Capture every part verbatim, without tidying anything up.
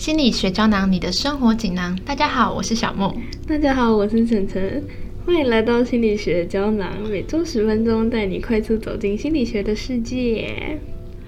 心理学胶囊，你的生活锦囊。大家好，我是小梦。 大家好，我是晨晨。欢迎来到心理学胶囊，每周十分钟，带你快速走进心理学的世界。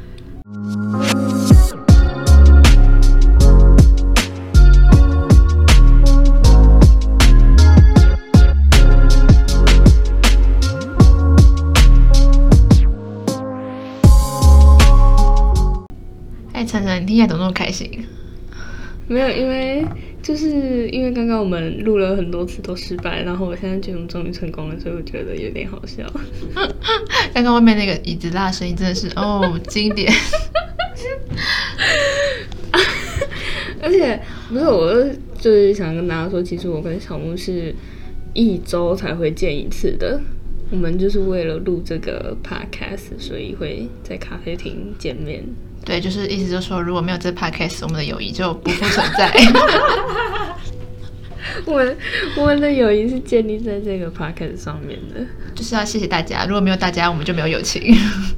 哎，晨晨，你听起来怎么那么开心？ 没有，因为就是因为刚刚我们录了很多次都失败，然后我现在觉得我们终于成功了，所以我觉得有点好笑。 刚刚外面那个椅子拉的声音真的是哦经典。 而且不是，我就是想跟大家说，其实我跟小木是一周才会见一次的。我们就是为了录这个 podcast， 所以会在咖啡厅见面。 对，就是意思就是说，如果没有这 podcast， 我们的友谊就不复存在。 我们我们的友谊是建立在这个 podcast 上面的， 就是要谢谢大家。如果没有大家，我们就没有友情。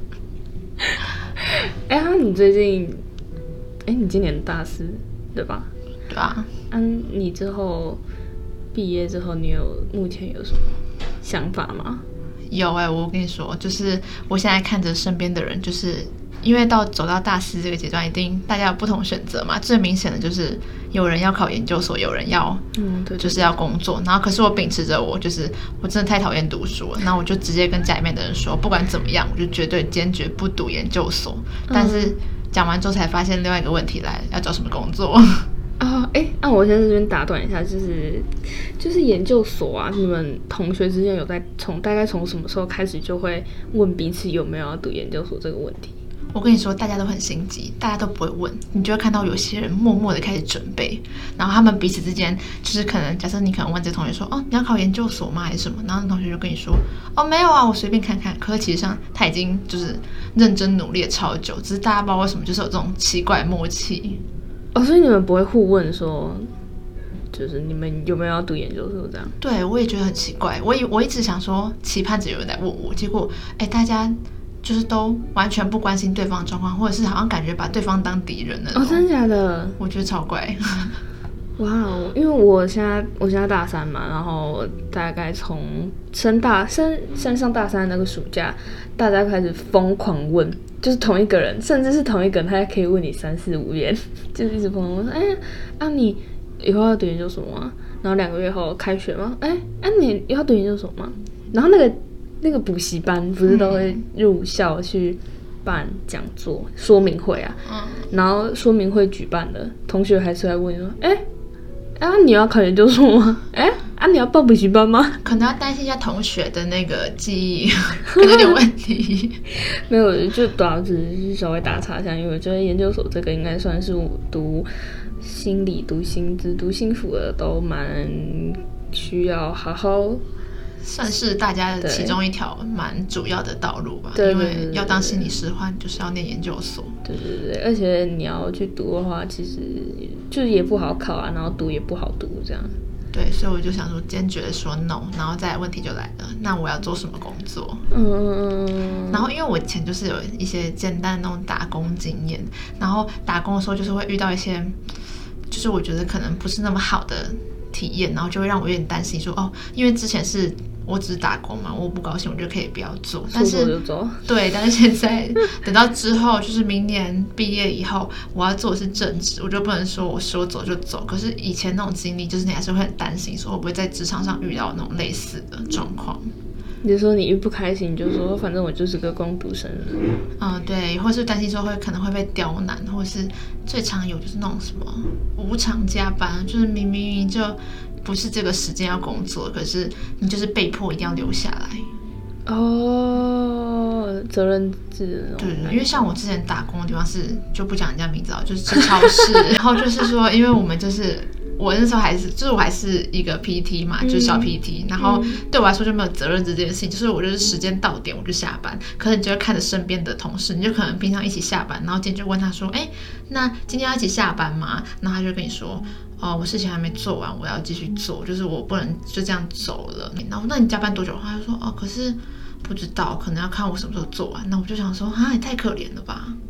哎、欸，你最近，哎、欸，你今年大四对吧？ 对啊。 嗯，你之后毕业之后，你有目前有什么想法吗？ 有哎、欸，我跟你说，就是我现在看着身边的人，就是因为到走到大四这个阶段，一定大家有不同选择嘛。最明显的就是有人要考研究所，有人要嗯，对，就是要工作。然后可是我秉持着我就是我真的太讨厌读书了，然后我就直接跟家里面的人说，不管怎么样，我就绝对坚决不读研究所。但是讲完之后才发现另外一个问题来，要找什么工作？ 啊，哎、欸，那、啊、我先在这边打断一下，就是就是研究所啊，你们同学之间有在从大概从什么时候开始就会问彼此有没有要读研究所这个问题？ 我跟你说，大家都很心急，大家都不会问，你就会看到有些人默默的开始准备，然后他们彼此之间就是可能，假设你可能问这同学说，哦，你要考研究所吗，还是什么？然后那同学就跟你说，哦，没有啊，我随便看看。可是其实上他已经就是认真努力了超久，只是大家不知道为什么就是有这种奇怪的默契。 哦，所以你们不会互问说，就是你们有没有要读研究所这样？ 对，我也觉得很奇怪，我我一直想说，期盼着有人来问我，结果哎，大家就是都完全不关心对方的状况，或者是好像感觉把对方当敌人那种。 哦，真的假的？ 我觉得超怪。 哇哦，因为我现在我现在大三嘛，然后大概从升大升升上大三的那个暑假，大家开始疯狂问，就是同一个人，甚至是同一个人，他还可以问你三四五遍，就是一直疯狂问说，哎、欸，啊你以后要读研究所吗？然后两个月后开学吗？哎、欸，啊你要读研究所吗？然后那个那个补习班不是都会入校去办讲座、说明会啊？嗯，然后说明会举办了，同学还是会问说，哎、欸。啊，你要考研究所吗？哎、欸，啊，你要报补习班吗？ 可能要担心一下同学的那个记忆，可能有点问题。 没有，就主要只是稍微打岔一下，因为我觉得研究所这个应该算是我读心理、读心智、读心辅的都蛮需要好好。 算是大家的其中一条蛮主要的道路吧， 对， 因为要当心理师的话，你就是要念研究所。 对对对，而且你要去读的话，其实就是也不好考啊，然后读也不好读，这样。 对，所以我就想说，坚决的说 no， 然后再来问题就来了，那我要做什么工作？嗯嗯嗯。然后因为我以前就是有一些简单的那种打工经验，然后打工的时候就是会遇到一些，就是我觉得可能不是那么好的体验，然后就会让我有点担心说，哦，因为之前是我只是打工嘛，我不高兴我就可以不要做，但是就走对，但是现在等到之后就是明年毕业以后，我要做的是正职，我就不能说我说走就走。可是以前那种经历，就是你还是会很担心，说会不会在职场上遇到那种类似的状况。 你就说你一不开心，你就说反正我就是个工读生。 嗯，对，或是担心说会可能会被刁难，或是最常有就是那种什么无偿加班，就是明明明就不是这个时间要工作，可是你就是被迫一定要留下来。 哦，责任制那种。 对，因为像我之前打工的地方是就不讲人家名字了，就是吃超市，然后就是说，因为我们就是我那时候还是就是我还是一个 P T 嘛，就是小 P T，、嗯、然后对我来说就没有责任制这件事情，就是我就是时间到点我就下班，可是你就会看着身边的同事，你就可能平常一起下班，然后今天就问他说，哎，那今天要一起下班吗？然后他就跟你说，哦，我事情还没做完，我要继续做，就是我不能就这样走了。然后那你加班多久？他就说，哦，可是不知道，可能要看我什么时候做完。那我就想说，啊，也太可怜了吧。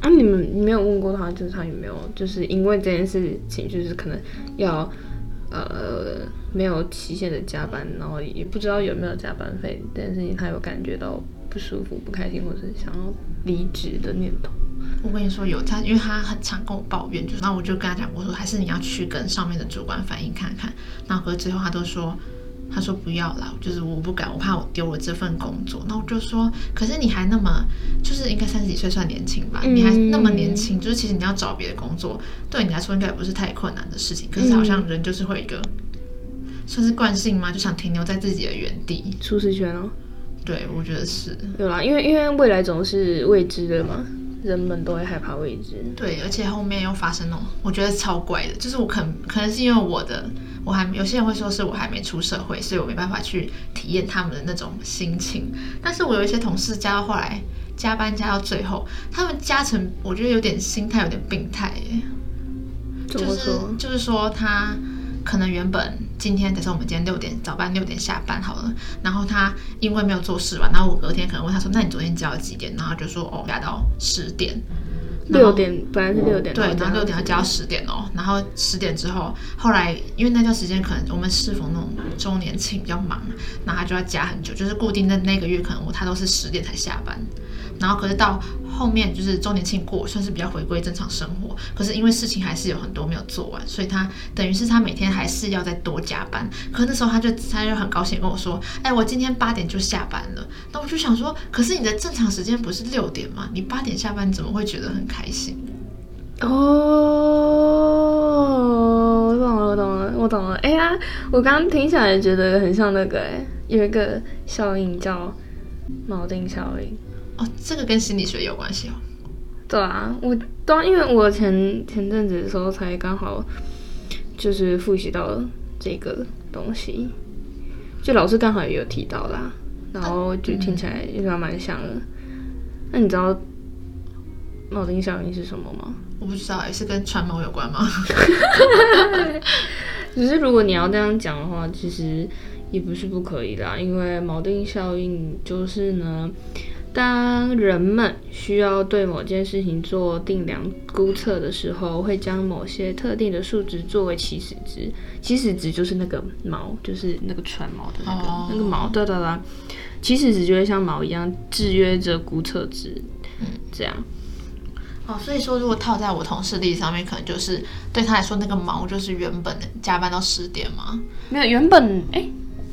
啊，你们你没有问过他，就是他有没有就是因为这件事情，就是可能要呃没有期限的加班，然后也不知道有没有加班费这件事情，他有感觉到不舒服、不开心，或者是想要离职的念头？ 我跟你说有他，因为他很常跟我抱怨，就是，然后我就跟他讲过说，还是你要去跟上面的主管反映看看。然后可是最后他都说，他说不要啦，就是我不敢，我怕我丢了这份工作。那我就说，可是你还那么，就是应该三十几岁算年轻吧，嗯、你还那么年轻，就是其实你要找别的工作，对你来说应该也不是太困难的事情。可是好像人就是会有一个，算是惯性嘛，就想停留在自己的原地， 舒适圈哦。 对，我觉得是。 有啦，因为因为未来总是未知的嘛。人们都会害怕未知， 对，而且后面又发生那种我觉得超怪的，就是我可能可能是因为我的我还有些人会说是我还没出社会，所以我没办法去体验他们的那种心情。但是我有一些同事加到后来加班加到最后，他们加成我觉得有点心态有点病态耶。 怎么说？ 就是就是说他可能原本今天，假设我们今天六点早班六点下班好了，然后他因为没有做事完，然后我隔天可能问他说，那你昨天加到几点？然后他就说哦加到十点。 六点本来是六点， 对，然后六点要加到十点哦，然后十点之后，后来因为那段时间可能我们适逢那种周年庆比较忙，然后他就要加很久，就是固定的那个月可能我他都是十点才下班，然后可是到后面就是周年庆过，算是比较回归正常生活，可是因为事情还是有很多没有做完，所以他等于是他每天还是要再多加班。可是那时候他就他就很高兴跟我说，哎，我今天八点就下班了。那我就想说，可是你的正常时间不是六点吗？你八点下班，你怎么会觉得很开心？ 哦，我懂了，我懂了，我懂了。哎呀，我刚刚听起来觉得很像那个，哎，有一个效应叫锚定效应。 哦，这个跟心理学有关系哦。 对啊，我当因为我前前阵子的时候才刚好就是复习到这个东西，就老师刚好也有提到啦，然后就听起来也蛮像的。嗯、那你知道锚定效应是什么吗？ 我不知道，也是跟穿毛有关吗？ 只是如果你要这样讲的话，其实也不是不可以啦，因为锚定效应就是呢，当人们需要对某件事情做定量估测的时候，会将某些特定的数值作为起始值。起始值就是那个锚，就是那个船锚的那个、oh. 那个锚，对对对。起始值就会像锚一样制约着估测值，嗯，这样。 哦，所以说如果套在我同事例上面，可能就是对他来说那个锚就是原本的加班到十点吗？ 没有，原本哎。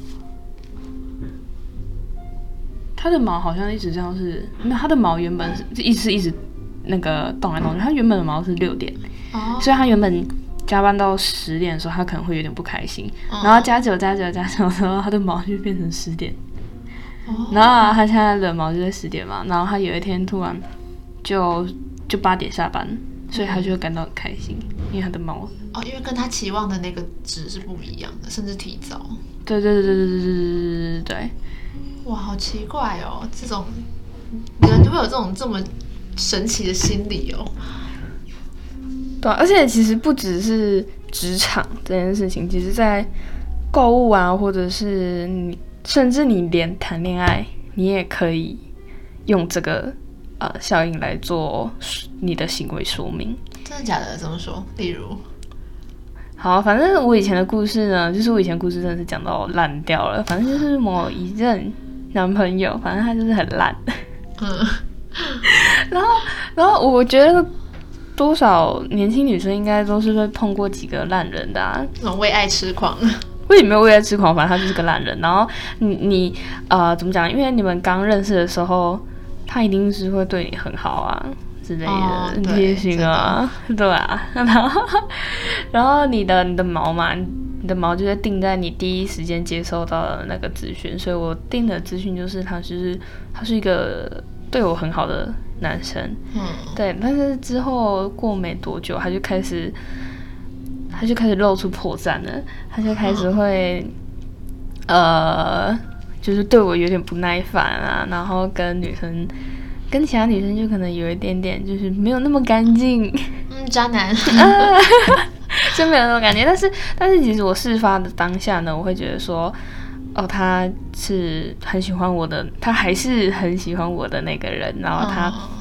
他的毛好像一直这样是，没有，他的毛原本是一直一直那个动来动去，他原本的毛是六点，哦，所以他原本加班到十点的时候，他可能会有点不开心，哦、然后加久加久加久的时候，他的毛就变成十点，哦，然后他现在的毛就在十点嘛，然后他有一天突然就就八点下班，所以他就会感到很开心，因为他的毛哦，因为跟他期望的那个值是不一样的，甚至提早。 对对对对对对对对对。 哇，好奇怪哦！这种人就会有这种这么神奇的心理哦。 对、啊，而且其实不只是职场这件事情，其实在购物啊，或者是你，甚至你连谈恋爱，你也可以用这个呃效应来做你的行为说明。 真的假的？怎么说？例如？ 好，反正我以前的故事呢，就是我以前故事真的是讲到烂掉了。反正就是某一任男朋友，反正他就是很烂。嗯，然后，然后我觉得多少年轻女生应该都是会碰过几个烂人的啊， 那种为爱痴狂。 我也没有为爱痴狂，反正他就是个烂人。然后你你呃怎么讲？因为你们刚认识的时候，他一定是会对你很好啊。之类的，很贴心啊，对啊，然后，然后你的你的毛嘛，你的毛就会定在你第一时间接收到的那个资讯，所以我定的资讯就是他就是他是一个对我很好的男生，嗯，对，但是之后过没多久，他就开始他就开始露出破绽了，他就开始会、嗯、呃，就是对我有点不耐烦啊，然后跟女生。跟其他女生就可能有一点点，就是没有那么干净， 嗯，渣男， 真没有那种感觉。但是，但是其实我事发的当下呢，我会觉得说，哦，他是很喜欢我的，他还是很喜欢我的那个人，然后他、哦、他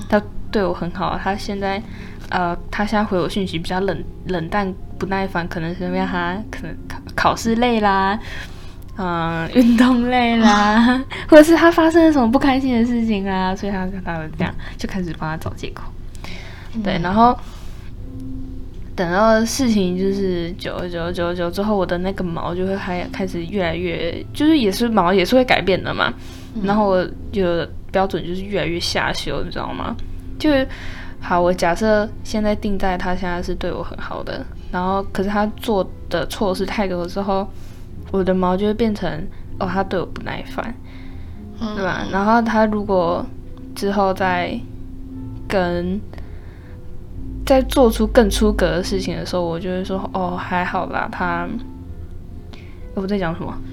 对我很好，他现在呃，他现在回我讯息比较冷冷淡不耐烦，可能是因为他可能考考试累啦，嗯、呃，运动累啦，或者是他发生了什么不开心的事情啦，所以他他会这样就开始帮他找借口。对，然后等到事情就是久久久久之后，我的那个毛就会开开始越来越，就是也是毛也是会改变的嘛。嗯、然后我就标准就是越来越下修，你知道吗？就是好，我假设现在定在他现在是对我很好的，然后可是他做的错事太多之后，我的毛就会变成哦，他对我不耐烦，嗯、对吧？然后他如果之后再跟在做出更出格的事情的时候，我就会说哦，还好啦，他我在讲什么？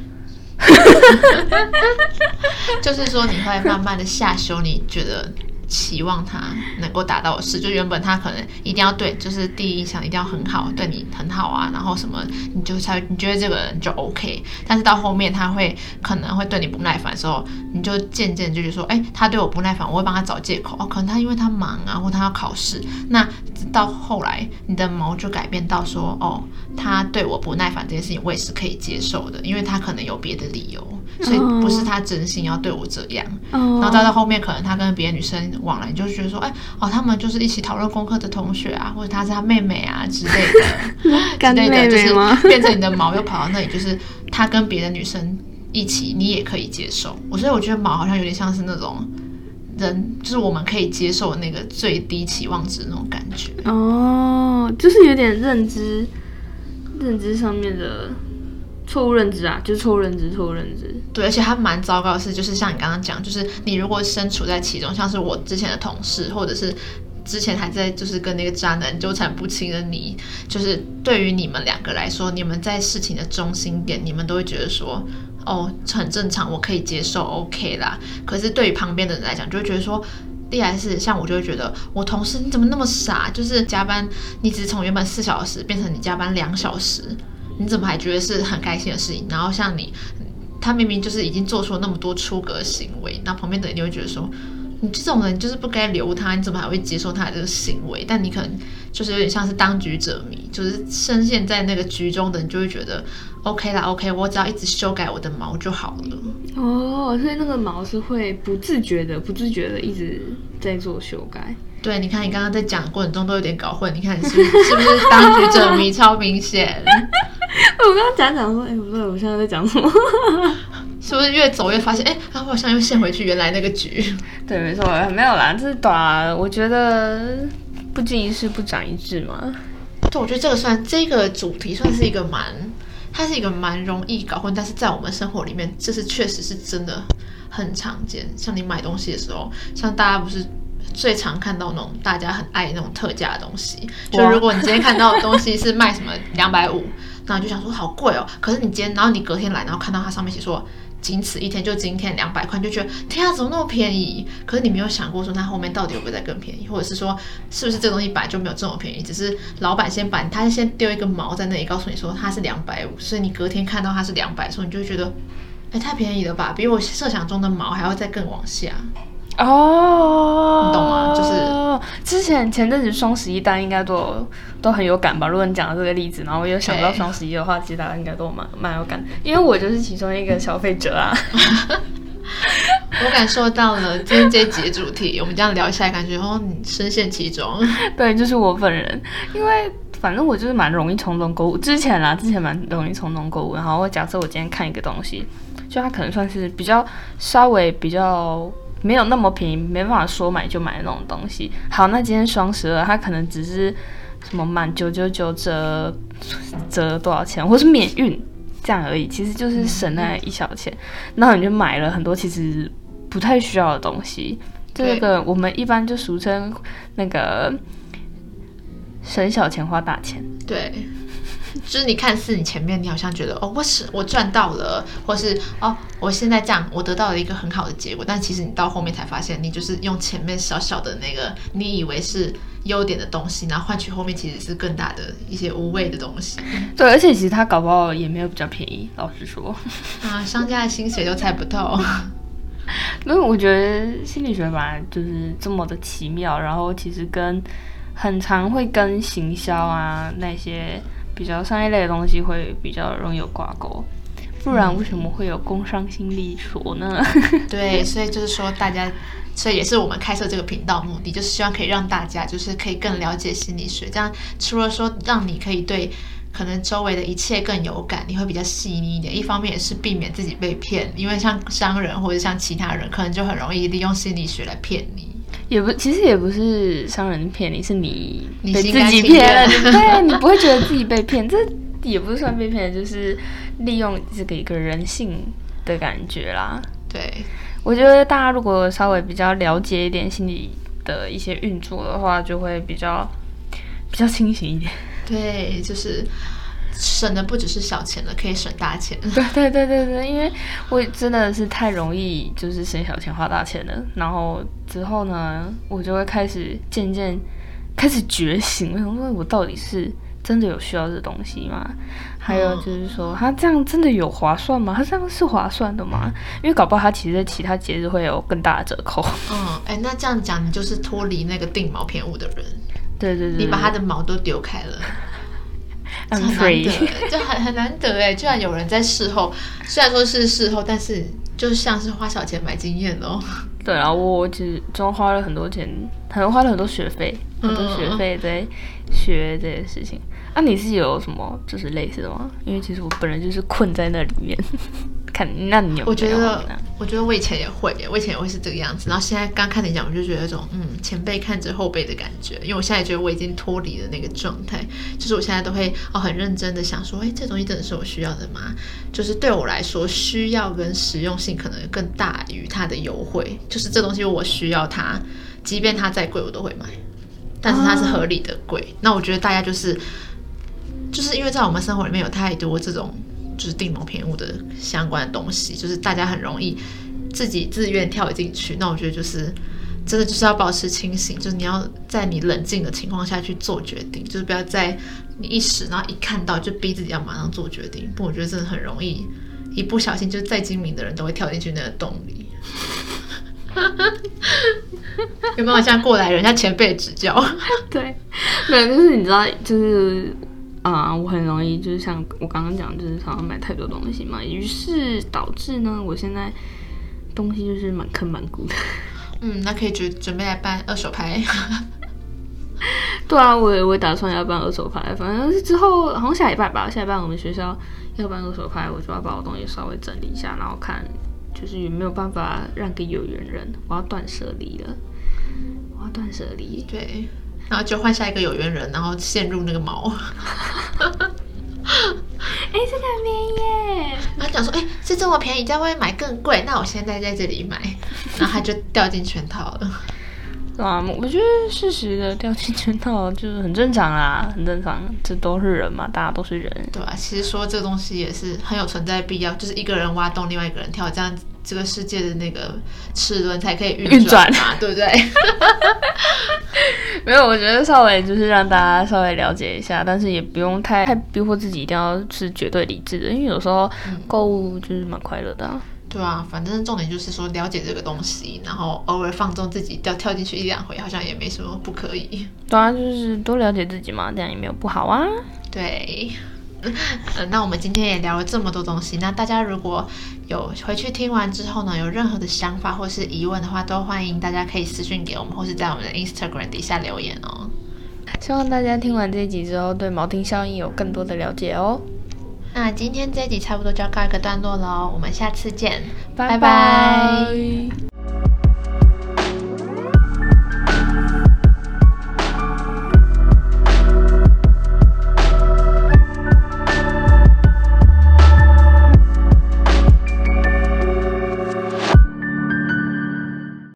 就是说你会慢慢的下修，你觉得期望他能够达到的事，就原本他可能一定要对，就是第一印象一定要很好，对你很好啊，然后什么你就才你觉得这个人就 OK， 但是到后面他会可能会对你不耐烦的时候，你就渐渐就觉得说，哎，他对我不耐烦，我会帮他找借口，哦，可能他因为他忙啊，或他要考试，那到后来你的毛就改变到说，哦，他对我不耐烦这件事情我也是可以接受的，因为他可能有别的理由，所以不是他真心要对我这样，哦、然后到到后面可能他跟别的女生往来，你就觉得说，哎，哦，他们就是一起讨论功课的同学啊，或者他是他妹妹啊之类的， 干妹妹之类的，就是变成你的毛又跑到那里，就是他跟别的女生一起，你也可以接受。我所以我觉得毛好像有点像是那种人，就是我们可以接受的那个最低期望值那种感觉。 哦，就是有点认知，认知上面的。错误认知啊，就是错误认知，错误认知。 对，而且他蛮糟糕的是，就是像你刚刚讲，就是你如果身处在其中，像是我之前的同事，或者是之前还在就是跟那个渣男纠缠不清的你，就是对于你们两个来说，你们在事情的中心点，你们都会觉得说，哦，很正常，我可以接受 ，OK 啦。可是对于旁边的人来讲，就会觉得说。一来是像我就会觉得我同事你怎么那么傻，就是加班你只从原本四小时变成你加班两小时，你怎么还觉得是很开心的事情？然后像你他明明就是已经做出了那么多出格的行为，那旁边的人就会觉得说你这种人就是不该留他，你怎么还会接受他的这个行为？但你可能就是有点像是当局者迷，就是深陷在那个局中的你就会觉得 OK 啦 OK， 我只要一直修改我的毛就好了。 哦，所以那个毛是会不自觉的不自觉的一直在做修改。 对，你看你刚刚在讲的过程中都有点搞混，你看你是不是是不是当局者迷超明显？ 我刚刚讲讲说，哎、欸，不对，我现在在讲什么？ 是不是越走越发现，哎、欸，啊，我好像又陷回去原来那个局？ 对，没错，没有啦，这是短，我觉得不经一事不长一智嘛。 对，我觉得这个算这个主题算是一个蛮，它是一个蛮容易搞混，但是在我们生活里面，这是确实是真的很常见。像你买东西的时候，像大家不是。最常看到那种大家很爱那种特价的东西，就如果你今天看到的东西是卖什么两百五，然后你就想说好贵哦，可是你今天，然后你隔天来，然后看到它上面写说仅此一天，就今天两百块，你就觉得天啊，怎么那么便宜？可是你没有想过说它后面到底有没有再更便宜，或者是说是不是这个东西本来就没有这么便宜，只是老板先把他先丢一个毛在那里，告诉你说它是两百五，所以你隔天看到它是两百的时候，你就会觉得哎太便宜了吧，比我设想中的毛还要再更往下。 哦， 你懂吗？就是之前前阵子双十一单应该都有都很有感吧。如果你讲的这个例子，然后我有想到双十一的话，其实大家应该都蛮蛮有感，因为我就是其中一个消费者啊。 我感受到了今天这一集的主题，我们这样聊下来，感觉哦，你深陷其中。 对，就是我本人，因为反正我就是蛮容易冲动购物。之前啦，之前蛮容易冲动购物。然后假设我今天看一个东西，就它可能算是比较稍微比较。没有那么便宜，没办法说买就买的那种东西。好，那今天双十二，它可能只是什么满九九九折折多少钱，或是免运这样而已，其实就是省那一小钱。然后你就买了很多其实不太需要的东西。这个我们一般就俗称那个省小钱花大钱。 对。就是你看似你前面你好像觉得哦我是我赚到了，或是哦我现在这样我得到了一个很好的结果，但其实你到后面才发现你就是用前面小小的那个你以为是优点的东西，然后换取后面其实是更大的一些无谓的东西。 对，而且其实它搞不好也没有比较便宜，老实说啊，商家的薪水都猜不透。 因为我觉得心理学本来就是这么的奇妙，然后其实跟很常会跟行销啊那些比较商业类的东西会比较容易有挂钩，不然为什么会有工商心理所呢？ 对，所以就是说大家，所以也是我们开设这个频道目的，就是希望可以让大家就是可以更了解心理学，这样除了说让你可以对可能周围的一切更有感，你会比较细腻一点。一方面也是避免自己被骗，因为像商人或者像其他人，可能就很容易利用心理学来骗你。 也不，其实也不是商人骗你，是你你被自己骗了，对，你不会觉得自己被骗，这也不是算被骗，就是利用这个一个人性的感觉啦。 对， 我觉得大家如果稍微比较了解一点心理的一些运作的话，就会比较比较清醒一点。 对，就是省的不只是小钱了，可以省大钱。 对对对对对，因为我真的是太容易就是省小钱花大钱了，然后之后呢，我就会开始渐渐开始觉醒，我想说我到底是真的有需要这东西吗？还有就是说，它这样真的有划算吗？它这样是划算的吗？因为搞不好它其实在其他节日会有更大的折扣。 嗯，哎，那这样讲，你就是脱离那个定毛偏误的人。 对对 对, 对， 你把他的毛都丢开了。 I'm 很 free， 难得，就很很难得哎！居然有人在事后，虽然说是事后，但是就像是花小钱买经验哦。 对啊，我其实中花了很多钱，可能花了很多学费，很多学费在学这些事情。啊，你是有什么就是类似的吗？因为其实我本人就是困在那里面。看，那你有没有？ 我觉得，我觉得我以前也会耶，我以前也会是这个样子。然后现在刚看你讲，我就觉得有种嗯前辈看着后辈的感觉。因为我现在觉得我已经脱离了那个状态，就是我现在都会哦很认真的想说，哎，这东西真的是我需要的吗？就是对我来说，需要跟实用性可能更大于它的优惠。就是这东西我需要它，即便它再贵我都会买，但是它是合理的贵。啊、那我觉得大家就是就是因为在我们生活里面有太多这种。就是定毛偏误的相关的东西，就是大家很容易自己自愿跳进去。那我觉得就是真的就是要保持清醒，就是你要在你冷静的情况下去做决定，就是不要在你一时然后一看到就逼自己要马上做决定。不，我觉得真的很容易一不小心，就是再精明的人都会跳进去那个洞里。有没有像过来人，像前辈的指教？ 对，对，就是你知道，就是。啊、呃，我很容易就是像我刚刚讲，就是常常买太多东西嘛，于是导致呢，我现在东西就是满坑满谷的。 嗯，那可以准准备来办二手拍。 对啊，我也我也打算要办二手拍，反正是之后好像下礼拜吧，下礼拜我们学校要办二手拍，我就要把我东西稍微整理一下，然后看就是有没有办法让给有缘人，我要断舍离了，我要断舍离。 对。然后就换下一个有缘人，然后陷入那个毛。哎、欸， 这个很便宜耶！ 然后讲说，哎、欸，是这么便宜，在外面买更贵，那我现在在这里买，然后他就掉进圈套了。 啊，我觉得适时的掉进圈套就是很正常啦，很正常，这都是人嘛，大家都是人。 对啊，其实说这个东西也是很有存在必要，就是一个人挖洞，另外一个人跳，这样这个世界的那个齿轮才可以运转嘛，对不对？ 没有，我觉得稍微就是让大家稍微了解一下，但是也不用太太逼迫自己一定要是绝对理智的，因为有时候购物就是蛮快乐的、啊。 对啊，反正重点就是说了解这个东西，然后偶尔放纵自己掉跳进去一两回，好像也没什么不可以。 对啊，就是多了解自己嘛，这样也没有不好啊。 对。呃，那我们今天也聊了这么多东西，那大家如果有回去听完之后呢，有任何的想法或是疑问的话，都欢迎大家可以私讯给我们，或是在我们的 Instagram 底下留言哦。 希望大家听完这一集之后，对锚定效应有更多的了解哦。 那今天这一集差不多就要告一个段落了，我们下次见， 拜拜。